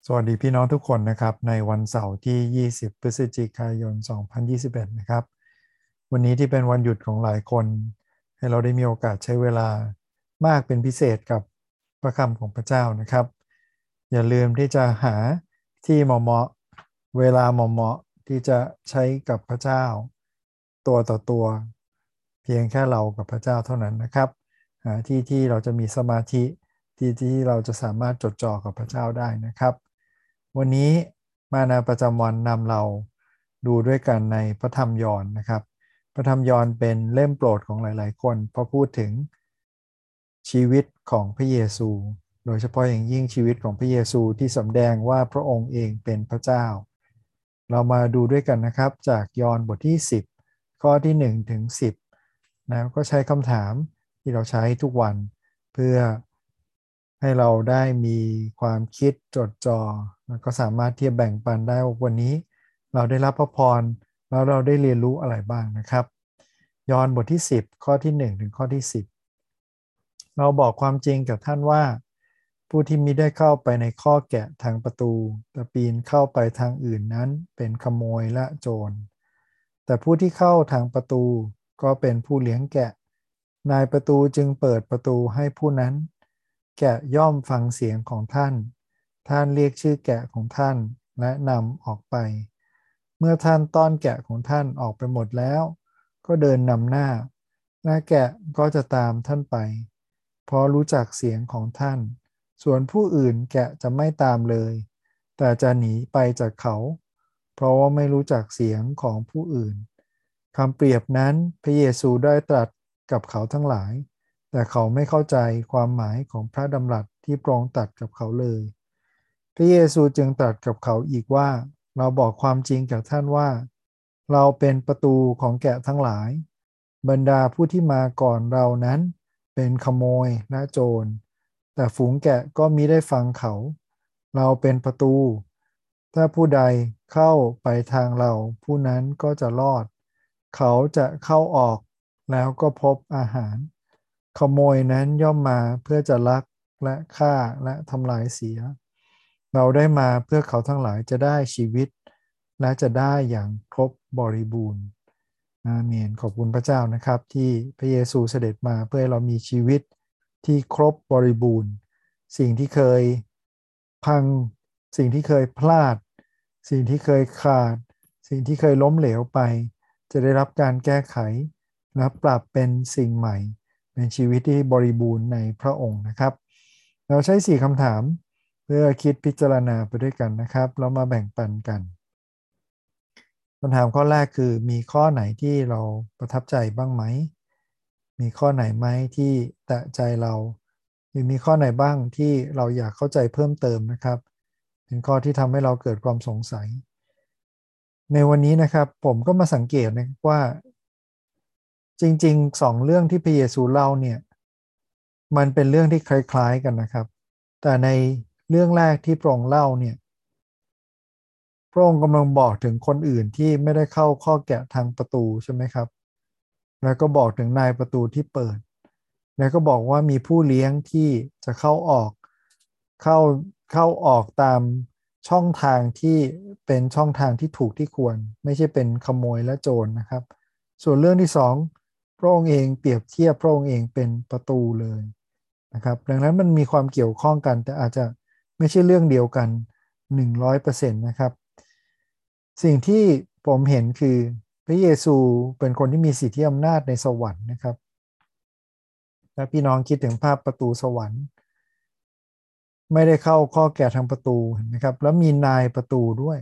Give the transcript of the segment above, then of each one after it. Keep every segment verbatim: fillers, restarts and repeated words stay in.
สวัสดีพี่น้องทุกคนนะครับในวันเสาร์ที่ยี่สิบพฤศจิกายนสองพันยี่สิบเอ็ดนะครับวันนี้ที่เป็นวันหยุดของหลายคนให้เราได้มีโอกาสใช้เวลามากเป็นพิเศษกับพระคำของพระเจ้านะครับอย่าลืมที่จะหาที่เหมาะๆเวลาเหมาะๆที่จะใช้กับพระเจ้าตัวต่อตัวเพียงแค่เรากับพระเจ้าเท่านั้นนะครับหาที่ที่เราจะมีสมาธิที่ที่เราจะสามารถจดจ่อกับพระเจ้าได้นะครับวันนี้มานาประจำวันนำเราดูด้วยกันในพระธรรมยอห์นนะครับพระธรรมยอห์นเป็นเล่มโปรดของหลายๆคนเพราะพูดถึงชีวิตของพระเยซู โดยเฉพาะอย่างยิ่งชีวิตของพระเยซูที่สำแดงว่าพระองค์เองเป็นพระเจ้า เรามาดูด้วยกันนะครับจากยอห์นบทที่สิบข้อที่หนึ่งถึงสิบนะก็ใช้คำถามที่เราใช้ทุกวันเพื่อให้เราได้มีความคิดจดจ่อแล้วก็สามารถที่จะแบ่งปันได้ว่าวันนี้เราได้รับพระพรแล้วเราได้เรียนรู้อะไรบ้างนะครับยอห์นบทที่สิบข้อที่หนึ่งถึงข้อที่สิบเราบอกความจริงกับท่านว่าผู้ที่มิได้เข้าไปในข้อแกะทางประตูแต่ปีนเข้าไปทางอื่นนั้นเป็นขโมยและโจรแต่ผู้ที่เข้าทางประตูก็เป็นผู้เลี้ยงแกะนายประตูจึงเปิดประตูให้ผู้นั้นแกะย่อมฟังเสียงของท่านท่านเรียกชื่อแกะของท่านและนำออกไปเมื่อท่านต้อนแกะของท่านออกไปหมดแล้วก็เดินนำหน้าและแกะก็จะตามท่านไปเพราะรู้จักเสียงของท่านส่วนผู้อื่นแกะจะไม่ตามเลยแต่จะหนีไปจากเขาเพราะว่าไม่รู้จักเสียงของผู้อื่นคำเปรียบนั้นพระเยซูได้ตรัสกับเขาทั้งหลายแต่เขาไม่เข้าใจความหมายของพระดำรัสที่พระองค์ตรัสกับเขาเลยพระเยซูจึงตรัสกับเขาอีกว่าเราบอกความจริงกับท่านว่าเราเป็นประตูของแกะทั้งหลายบรรดาผู้ที่มาก่อนเรานั้นเป็นขโมยและโจรแต่ฝูงแกะก็มิได้ฟังเขาเราเป็นประตูถ้าผู้ใดเข้าไปทางเราผู้นั้นก็จะรอดเขาจะเข้าออกแล้วก็พบอาหารขโมยนั้นย่อมมาเพื่อจะลักและฆ่าและทำลายเสียเราได้มาเพื่อเขาทั้งหลายจะได้ชีวิตและจะได้อย่างครบบริบูรณ์อาเมนขอบคุณพระเจ้านะครับที่พระเยซูเสด็จมาเพื่อให้เรามีชีวิตที่ครบบริบูรณ์สิ่งที่เคยพังสิ่งที่เคยพลาดสิ่งที่เคยขาดสิ่งที่เคยล้มเหลวไปจะได้รับการแก้ไขและปรับเป็นสิ่งใหม่เป็นชีวิตที่บริบูรณ์ในพระองค์นะครับเราใช้สี่คำถามเพื่อคิดพิจารณาไปด้วยกันนะครับแล้วมาแบ่งปันกันคำถามข้อแรกคือมีข้อไหนที่เราประทับใจบ้างไหมมีข้อไหนไหมที่แตะใจเราหรือมีข้อไหนบ้างที่เราอยากเข้าใจเพิ่มเติมนะครับเป็นข้อที่ทำให้เราเกิดความสงสัยในวันนี้นะครับผมก็มาสังเกตนะว่าจริงๆสองเรื่องที่พระเยซูเล่าเนี่ยมันเป็นเรื่องที่คล้ายๆกันนะครับแต่ในเรื่องแรกที่พระองค์เล่าเนี่ยพระองค์กำลังบอกถึงคนอื่นที่ไม่ได้เข้าข้อแกะทางประตูใช่ไหมครับแล้วก็บอกถึงนายประตูที่เปิดแล้วก็บอกว่ามีผู้เลี้ยงที่จะเข้าออกเข้าเข้าออกตามช่องทางที่เป็นช่องทางที่ถูกที่ควรไม่ใช่เป็นขโมยและโจรนะครับส่วนเรื่องที่สองพระองค์เองเปรียบเทียบพระองค์เองเป็นประตูเลยนะครับดังนั้นมันมีความเกี่ยวข้องกันแต่อาจจะไม่ใช่เรื่องเดียวกัน หนึ่งร้อยเปอร์เซ็นต์ นะครับสิ่งที่ผมเห็นคือพระเยซูเป็นคนที่มีสิทธิอำนาจในสวรรค์นะครับและพี่น้องคิดถึงภาพประตูสวรรค์ไม่ได้เข้าข้อแก่ทางประตูเห็นไหมครับแล้วมีนายประตูด้วย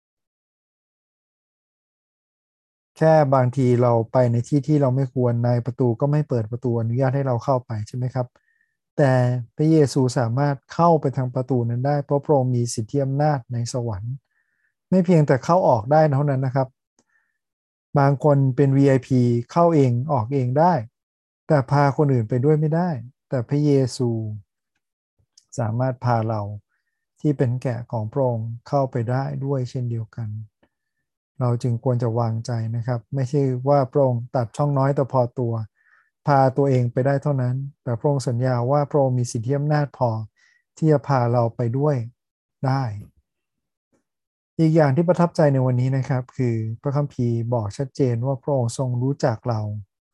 แค่บางทีเราไปในที่ที่เราไม่ควรนายประตูก็ไม่เปิดประตูอนุญาตให้เราเข้าไปใช่ไหมครับแต่พระเยซูสามารถเข้าไปทางประตูนั้นได้เพราะพระองค์มีสิทธิอำนาจในสวรรค์ไม่เพียงแต่เข้าออกได้เท่านั้นนะครับบางคนเป็น วี ไอ พี เข้าเองออกเองได้แต่พาคนอื่นไปด้วยไม่ได้แต่พระเยซูสามารถพาเราที่เป็นแกะของพระองค์เข้าไปได้ด้วยเช่นเดียวกันเราจึงควรจะวางใจนะครับไม่ใช่ว่าพระองค์ตัดช่องน้อยแต่พอตัวพาตัวเองไปได้เท่านั้นแต่พระองค์สัญญาว่าพระองค์มีสิทธิอำนาจพอที่จะพาเราไปด้วยได้อีกอย่างที่ประทับใจในวันนี้นะครับคือพระคัมภีร์บอกชัดเจนว่าพระองค์ทรงรู้จักเรา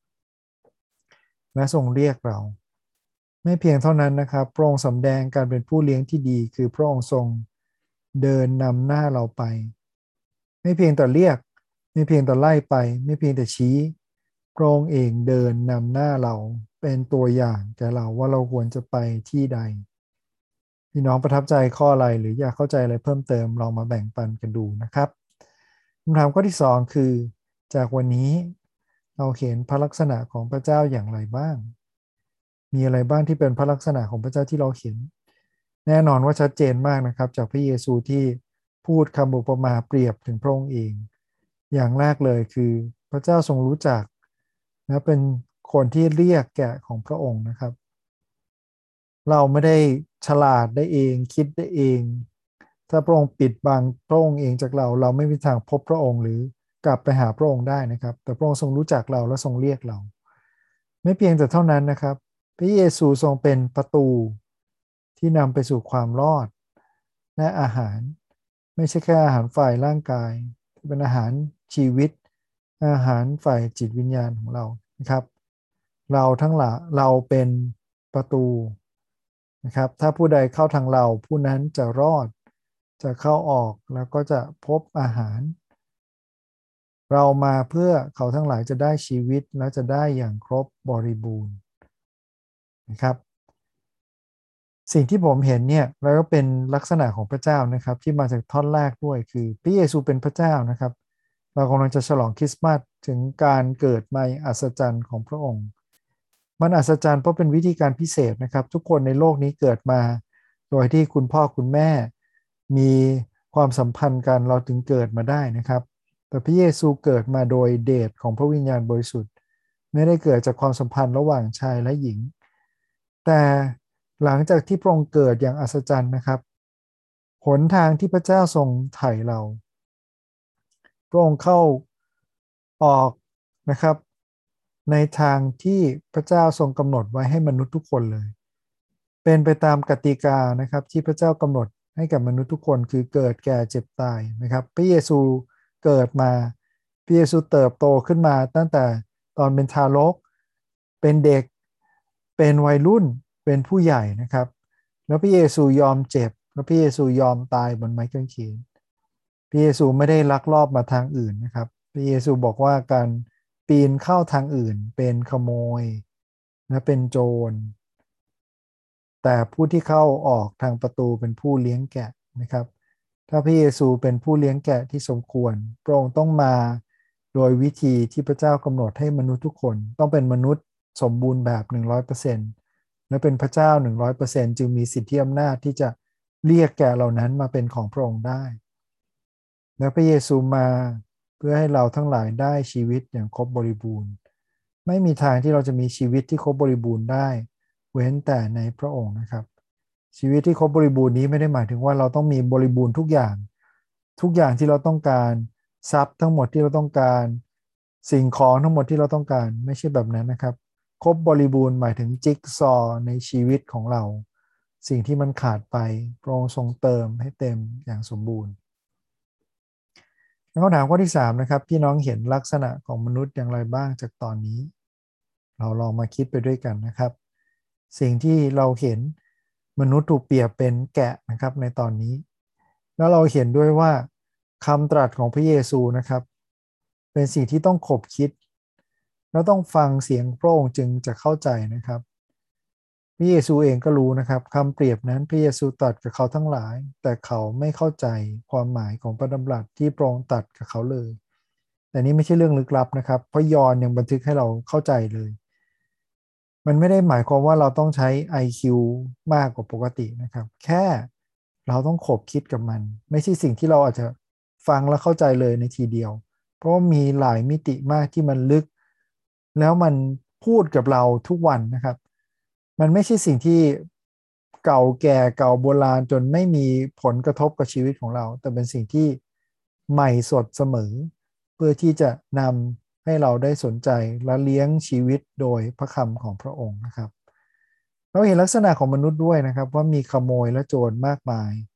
และทรงเรียกเราไม่เพียงเท่านั้นนะครับพระองค์สำแดงการเป็นผู้เลี้ยงที่ดีคือพระองค์ทรงเดินนำหน้าเราไปไม่เพียงแต่เรียกไม่เพียงแต่ไล่ไปไม่เพียงแต่ชี้พระองค์เองเดินนำหน้าเราเป็นตัวอย่างแก่เราว่าเราควรจะไปที่ใดพี่น้องประทับใจข้ออะไรหรืออยากเข้าใจอะไรเพิ่มเติมลองมาแบ่งปันกันดูนะครับคำถามข้อที่สองคือจากวันนี้เราเห็นพระลักษณะของพระเจ้าอย่างไรบ้างมีอะไรบ้างที่เป็นพระลักษณะของพระเจ้าที่เราเห็นแน่นอนว่าชัดเจนมากนะครับจากพระเยซูที่พูดคำอุปมาเปรียบถึงพระองค์เองอย่างแรกเลยคือพระเจ้าทรงรู้จักและเป็นคนที่เรียกแกะของพระองค์นะครับเราไม่ได้ฉลาดได้เองคิดได้เองถ้าพระองค์ปิดบังพระองค์เองจากเราเราไม่มีทางพบพระองค์หรือกลับไปหาพระองค์ได้นะครับแต่พระองค์ทรงรู้จักเราและทรงเรียกเราไม่เพียงแต่เท่านั้นนะครับพระเยซูทรงเป็นประตูที่นำไปสู่ความรอดและอาหารไม่ใช่แค่อาหารฝ่ายร่างกายเป็นอาหารชีวิตอาหารฝ่ายจิตวิญญาณของเรานะครับเราทั้งหลายเราเป็นประตูนะครับถ้าผู้ใดเข้าทางเราผู้นั้นจะรอดจะเข้าออกแล้วก็จะพบอาหารเรามาเพื่อเขาทั้งหลายจะได้ชีวิตและจะได้อย่างครบบริบูรณ์นะครับสิ่งที่ผมเห็นเนี่ยแล้วก็เป็นลักษณะของพระเจ้านะครับที่มาจากท่อนแรกด้วยคือพระเยซูเป็นพระเจ้านะครับเรากำลังจะฉลองคริสต์มาสถึงการเกิดใหม่อัศจรรย์ของพระองค์มันอัศจรรย์เพราะเป็นวิธีการพิเศษนะครับทุกคนในโลกนี้เกิดมาโดยที่คุณพ่อคุณแม่มีความสัมพันธ์กันเราถึงเกิดมาได้นะครับแต่พระเยซูเกิดมาโดยเดชของพระวิญญาณบริสุทธิ์ไม่ได้เกิดจากความสัมพันธ์ระหว่างชายและหญิงแต่หลังจากที่พระองค์เกิดอย่างอัศจรรย์นะครับหนทางที่พระเจ้าทรงไถ่เราพระองค์เข้าออกนะครับในทางที่พระเจ้าทรงกำหนดไว้ให้มนุษย์ทุกคนเลยเป็นไปตามกติกานะครับที่พระเจ้ากำหนดให้กับมนุษย์ทุกคนคือเกิดแก่เจ็บตายนะครับพระเยซูเกิดมาพระเยซูเติบโตขึ้นมาตั้งแต่ตอนเป็นทารกเป็นเด็กเป็นวัยรุ่นเป็นผู้ใหญ่นะครับแล้วพระเยซูยอมเจ็บแล้วพระเยซูยอมตายบนไม้กางเขนพระเยซูไม่ได้ลักลอบมาทางอื่นนะครับพระเยซูบอกว่าการปีนเข้าทางอื่นเป็นขโมยและเป็นโจรแต่ผู้ที่เข้าออกทางประตูเป็นผู้เลี้ยงแกะนะครับถ้าพระเยซูเป็นผู้เลี้ยงแกะที่สมควรพระองค์ต้องมาโดยวิธีที่พระเจ้ากำหนดให้มนุษย์ทุกคนต้องเป็นมนุษย์สมบูรณ์แบบ หนึ่งร้อยเปอร์เซ็นต์ และเป็นพระเจ้า หนึ่งร้อยเปอร์เซ็นต์ จึงมีสิทธิอำนาจที่จะเรียกแกะเหล่านั้นมาเป็นของพระองค์ได้และพระเยซูมาเพื่อให้เราทั้งหลายได้ชีวิตอย่างครบบริบูรณ์ไม่มีทางที่เราจะมีชีวิตที่ครบบริบูรณ์ได้เว้นแต่ในพระองค์นะครับชีวิตที่ครบบริบูรณ์นี้ไม่ได้หมายถึงว่าเราต้องมีบริบูรณ์ทุกอย่างทุกอย่างที่เราต้องการทรัพย์ทั้งหมดที่เราต้องการสิ่งของทั้งหมดที่เราต้องการไม่ใช่แบบนั้นนะครับครบบริบูรณ์หมายถึงจิ๊กซอว์ในชีวิตของเราสิ่งที่มันขาดไปพระองค์ทรงเติมให้เต็มอย่างสมบูรณ์คำถามข้อที่สามนะครับพี่น้องเห็นลักษณะของมนุษย์อย่างไรบ้างจากตอนนี้เราลองมาคิดไปด้วยกันนะครับสิ่งที่เราเห็นมนุษย์ถูกเปรียบเป็นแกะนะครับในตอนนี้แล้วเราเห็นด้วยว่าคำตรัสของพระเยซูนะครับเป็นสิ่งที่ต้องขบคิดแล้วต้องฟังเสียงพระองค์จึงจะเข้าใจนะครับพระเยซูเองก็รู้นะครับคำเปรียบนั้นพระเยซูตรัสกับเขาทั้งหลายแต่เขาไม่เข้าใจความหมายของพระดำรัสที่พระองค์ตรัสกับเขาเลยแต่นี้ไม่ใช่เรื่องลึกลับนะครับเพราะยอห์นยังบันทึกให้เราเข้าใจเลยมันไม่ได้หมายความว่าเราต้องใช้ ไอ คิว มากกว่าปกตินะครับแค่เราต้องขบคิดกับมันไม่ใช่สิ่งที่เราอาจจะฟังแล้วเข้าใจเลยในทีเดียวเพราะมีหลายมิติมากที่มันลึกแล้วมันพูดกับเราทุกวันนะครับมันไม่ใช่สิ่งที่เก่าแก่เก่าโบราณจนไม่มีผลกระทบกับชีวิตของเราแต่เป็นสิ่งที่ใหม่สดเสมอเพื่อที่จะนำให้เราได้สนใจและเลี้ยงชีวิตโดยพระคำของพระองค์นะครับเราเห็นลักษณะของมนุษย์ด้วยนะครับว่ามีขโมยและโจรมากมาย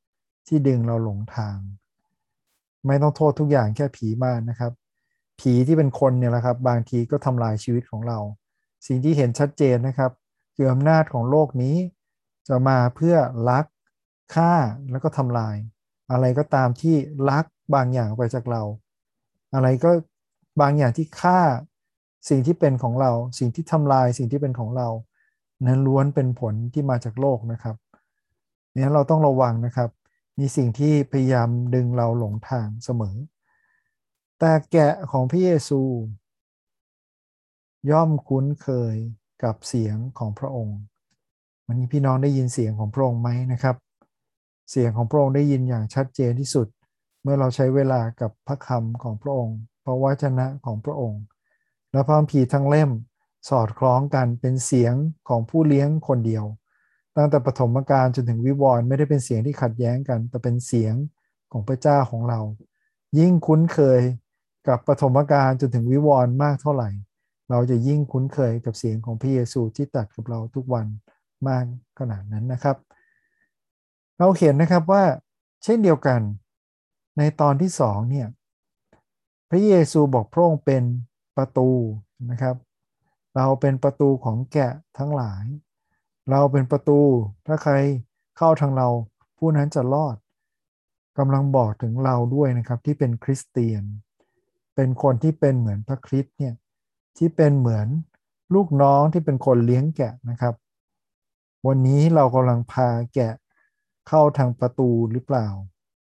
ที่ดึงเราหลงทางไม่ต้องโทษทุกอย่างแค่ผีมากนะครับผีที่เป็นคนเนี่ยแหละครับบางทีก็ทำลายชีวิตของเราสิ่งที่เห็นชัดเจนนะครับคืออำนาจของโลกนี้จะมาเพื่อลักฆ่าแล้วก็ทำลายอะไรก็ตามที่ลักบางอย่างไปจากเราอะไรก็บางอย่างที่ฆ่าสิ่งที่เป็นของเราสิ่งที่ทำลายสิ่งที่เป็นของเรานั้นล้วนเป็นผลที่มาจากโลกนะครับเนี่ยเราต้องระวังนะครับมีสิ่งที่พยายามดึงเราหลงทางเสมอแต่แกะของพระเยซูย่อมคุ้นเคยกับเสียงของพระองค์วันนี้พี่น้องได้ยินเสียงของพระองค์ไหมนะครับเสียงของพระองค์ได้ยินอย่างชัดเจนที่สุดเมื่อเราใช้เวลากับพระคำของพระองค์พระวจนะของพระองค์และพระคัมภีร์ทั้งเล่มสอดคล้องกันเป็นเสียงของผู้เลี้ยงคนเดียวตั้งแต่ปฐมกาลจนถึงวิวรณ์ไม่ได้เป็นเสียงที่ขัดแย้งกันแต่เป็นเสียงของพระเจ้าของเรายิ่งคุ้นเคยกับปฐมกาลจนถึงวิวรณ์มากเท่าไหร่เราจะยิ่งคุ้นเคยกับเสียงของพระเยซูที่ตรัสกับเราทุกวันมากขนาดนั้นนะครับเราเห็นนะครับว่าเช่นเดียวกันในตอนที่สองเนี่ยพระเยซูบอกพระองค์เป็นประตูนะครับเราเป็นประตูของแกะทั้งหลายเราเป็นประตูถ้าใครเข้าทางเราผู้นั้นจะรอดกำลังบอกถึงเราด้วยนะครับที่เป็นคริสเตียนเป็นคนที่เป็นเหมือนพระคริสต์เนี่ยที่เป็นเหมือนลูกน้องที่เป็นคนเลี้ยงแกะนะครับวันนี้เรากำลังพาแกะเข้าทางประตูหรือเปล่า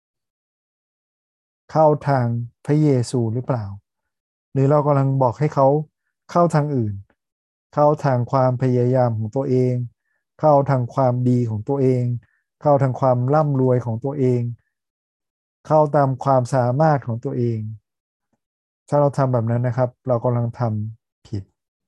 เข้าทางพระเยซูหรือเปล่าหรือเรากำลังบอกให้เขาเข้าทางอื่นเข้าทางความพยายามของตัวเองเข้าทางความดีของตัวเองเข้าทางความร่ำรวยของตัวเองเข้าตามความสามารถของตัวเองถ้าเราทำแบบนั้นนะครับเรากำลังทำผิด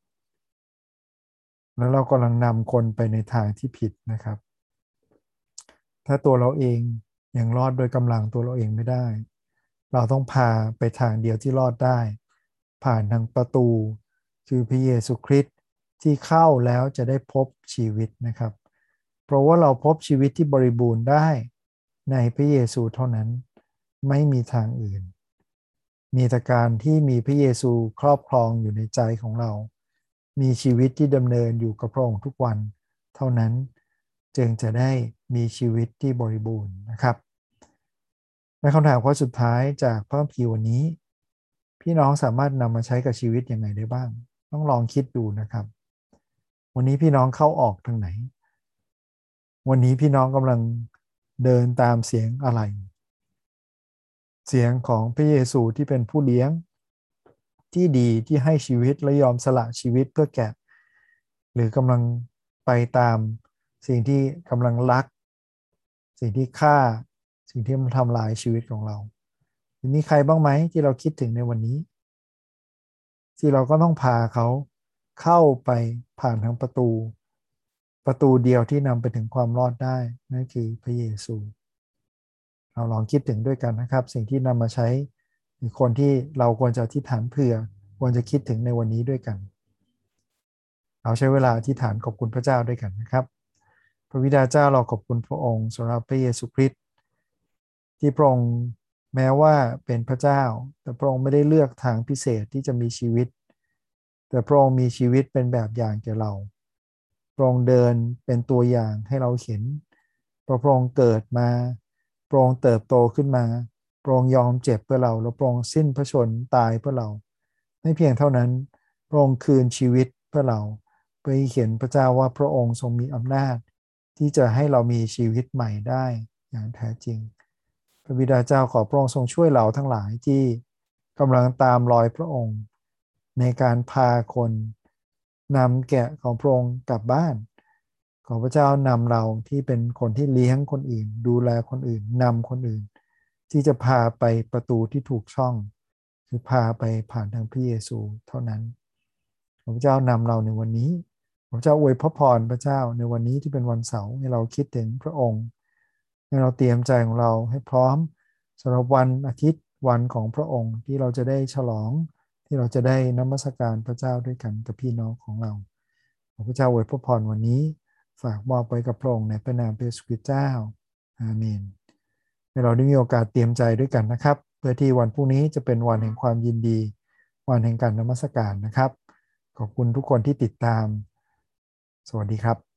แล้วเรากำลังนำคนไปในทางที่ผิดนะครับถ้าตัวเราเองยังรอดโดยกำลังตัวเราเองไม่ได้เราต้องพาไปทางเดียวที่รอดได้ผ่านทางประตูคือพระเยซูคริสต์ที่เข้าแล้วจะได้พบชีวิตนะครับเพราะว่าเราพบชีวิตที่บริบูรณ์ได้ในพระเยซูเท่านั้นไม่มีทางอื่นมีแต่การที่มีพระเยซูครอบครองอยู่ในใจของเรามีชีวิตที่ดำเนินอยู่กับพระองค์ทุกวันเท่านั้นจึงจะได้มีชีวิตที่บริบูรณ์นะครับในคำถามข้อสุดท้ายจากพระคัมภีร์วันนี้พี่น้องสามารถนำมาใช้กับชีวิตยังไงได้บ้างต้องลองคิดดูนะครับวันนี้พี่น้องเข้าออกทางไหนวันนี้พี่น้องกำลังเดินตามเสียงอะไรเสียงของพระเยซูที่เป็นผู้เลี้ยงที่ดีที่ให้ชีวิตและยอมสละชีวิตเพื่อแกะหรือกำลังไปตามสิ่งที่กำลังรักสิ่งที่ฆ่าสิ่งที่มันทำลายชีวิตของเรามีใครบ้างไหมที่เราคิดถึงในวันนี้ที่เราก็ต้องพาเขาเข้าไปผ่านทางประตูประตูเดียวที่นำไปถึงความรอดได้นั่นคือพระเยซูเราลองคิดถึงด้วยกันนะครับสิ่งที่นำมาใช้คนที่เราควรจะอธิษฐานเผื่อควรจะคิดถึงในวันนี้ด้วยกันเราใช้เวลาอธิษฐานขอบคุณพระเจ้าด้วยกันนะครับพระบิดาเจ้าเราขอบคุณพระองค์สำหรับพระเยซูคริสต์ที่พระองค์แม้ว่าเป็นพระเจ้าแต่พระองค์ไม่ได้เลือกทางพิเศษที่จะมีชีวิตแต่พระองค์มีชีวิตเป็นแบบอย่างแก่เราพระองค์เดินเป็นตัวอย่างให้เราเห็นพระองค์เกิดมาพระองค์เติบโตขึ้นมาพระองค์ยอมเจ็บเพื่อเราแล้วพระองค์สิ้นพระชนม์ตายเพื่อเราไม่เพียงเท่านั้นพระองค์คืนชีวิตเพื่อเราเพื่อให้เห็นพระเจ้าว่าพระองค์ทรงมีอำนาจที่จะให้เรามีชีวิตใหม่ได้อย่างแท้จริงพระบิดาเจ้าขอพระองค์ทรงช่วยเราทั้งหลายที่กำลังตามรอยพระองค์ในการพาคนนำแกะของพระองค์กลับบ้านขอพระเจ้านำเราที่เป็นคนที่เลี้ยงคนอื่นดูแลคนอื่นนำคนอื่นที่จะพาไปประตูที่ถูกช่องคือพาไปผ่านทางพระเยซูเท่านั้นขอพระเจ้านำเราในวันนี้ขอพระเจ้าอวยพระพรพระเจ้าในวันนี้ที่เป็นวันเสาร์ให้เราคิดถึงพระองค์ให้เราเตรียมใจของเราให้พร้อมสำหรับวันอาทิตย์วันของพระองค์ที่เราจะได้ฉลองที่เราจะได้นมัสการพระเจ้าด้วยกันกับพี่น้องของเราขอพระเจ้าอวยพระพรวันนี้ฝากมอบไว้กับพระองค์ในพระนามพระเยซูคริสต์เจ้าอาเมนให้เราได้มีโอกาสเตรียมใจด้วยกันนะครับเพื่อที่วันพรุ่งนี้จะเป็นวันแห่งความยินดีวันแห่งการนมัสการนะครับขอบคุณทุกคนที่ติดตามสวัสดีครับ